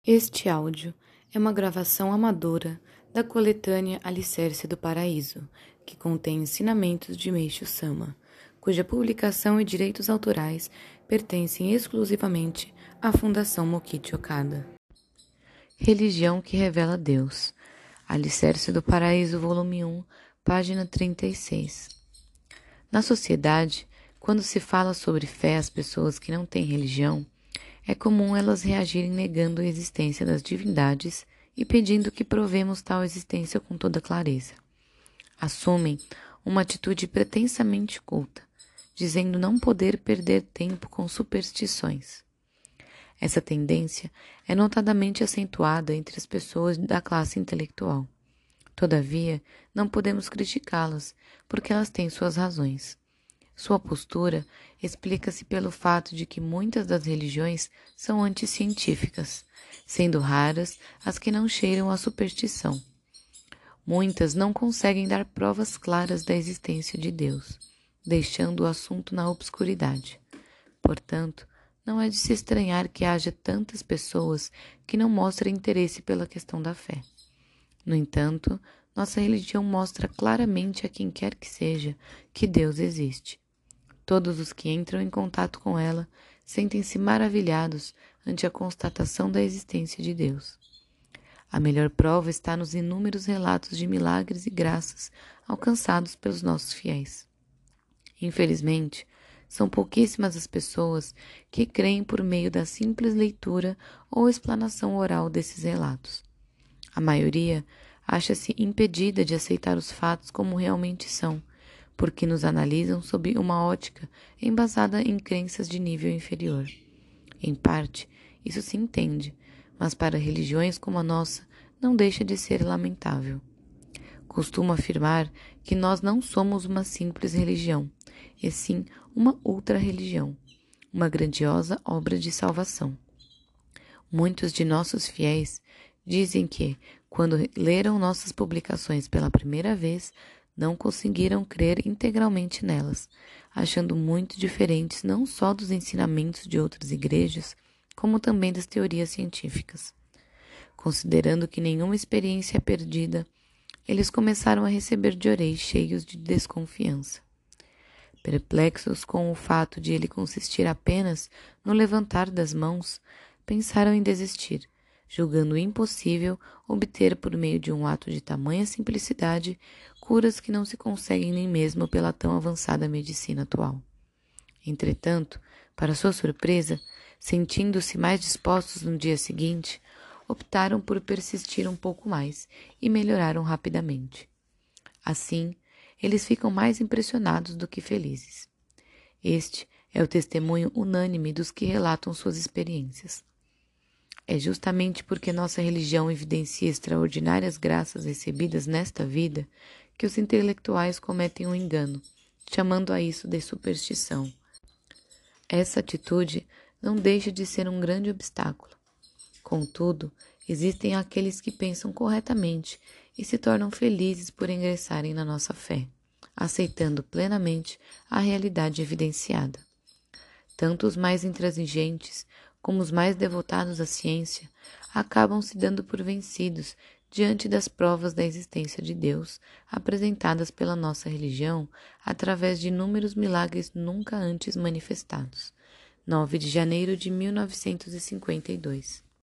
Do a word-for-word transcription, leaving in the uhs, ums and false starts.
Este áudio é uma gravação amadora da coletânea Alicerce do Paraíso, que contém ensinamentos de Meishu Sama, cuja publicação e direitos autorais pertencem exclusivamente à Fundação Mokichi Okada. Religião que revela Deus. Alicerce do Paraíso, volume um, página trinta e seis. Na sociedade, quando se fala sobre fé às pessoas que não têm religião, é comum elas reagirem negando a existência das divindades e pedindo que provemos tal existência com toda clareza. Assumem uma atitude pretensamente culta, dizendo não poder perder tempo com superstições. Essa tendência é notadamente acentuada entre as pessoas da classe intelectual. Todavia, não podemos criticá-las, porque elas têm suas razões. Sua postura explica-se pelo fato de que muitas das religiões são anticientíficas, sendo raras as que não cheiram à superstição. Muitas não conseguem dar provas claras da existência de Deus, deixando o assunto na obscuridade. Portanto, não é de se estranhar que haja tantas pessoas que não mostrem interesse pela questão da fé. No entanto, nossa religião mostra claramente a quem quer que seja que Deus existe. Todos os que entram em contato com ela sentem-se maravilhados ante a constatação da existência de Deus. A melhor prova está nos inúmeros relatos de milagres e graças alcançados pelos nossos fiéis. Infelizmente, são pouquíssimas as pessoas que creem por meio da simples leitura ou explanação oral desses relatos. A maioria acha-se impedida de aceitar os fatos como realmente são, porque nos analisam sob uma ótica embasada em crenças de nível inferior. Em parte, isso se entende, mas para religiões como a nossa, não deixa de ser lamentável. Costumo afirmar que nós não somos uma simples religião, e sim uma ultra-religião, uma grandiosa obra de salvação. Muitos de nossos fiéis dizem que, quando leram nossas publicações pela primeira vez, não conseguiram crer integralmente nelas, achando muito diferentes não só dos ensinamentos de outras igrejas, como também das teorias científicas. Considerando que nenhuma experiência é perdida, eles começaram a receber Jorei cheios de desconfiança. Perplexos com o fato de ele consistir apenas no levantar das mãos, pensaram em desistir, julgando impossível obter por meio de um ato de tamanha simplicidade curas que não se conseguem nem mesmo pela tão avançada medicina atual. Entretanto, para sua surpresa, sentindo-se mais dispostos no dia seguinte, optaram por persistir um pouco mais e melhoraram rapidamente. Assim, eles ficam mais impressionados do que felizes. Este é o testemunho unânime dos que relatam suas experiências. É justamente porque nossa religião evidencia extraordinárias graças recebidas nesta vida que os intelectuais cometem um engano, chamando a isso de superstição. Essa atitude não deixa de ser um grande obstáculo. Contudo, existem aqueles que pensam corretamente e se tornam felizes por ingressarem na nossa fé, aceitando plenamente a realidade evidenciada. Tanto os mais intransigentes como os mais devotados à ciência, acabam se dando por vencidos diante das provas da existência de Deus apresentadas pela nossa religião através de inúmeros milagres nunca antes manifestados. nove de janeiro de mil novecentos e cinquenta e dois.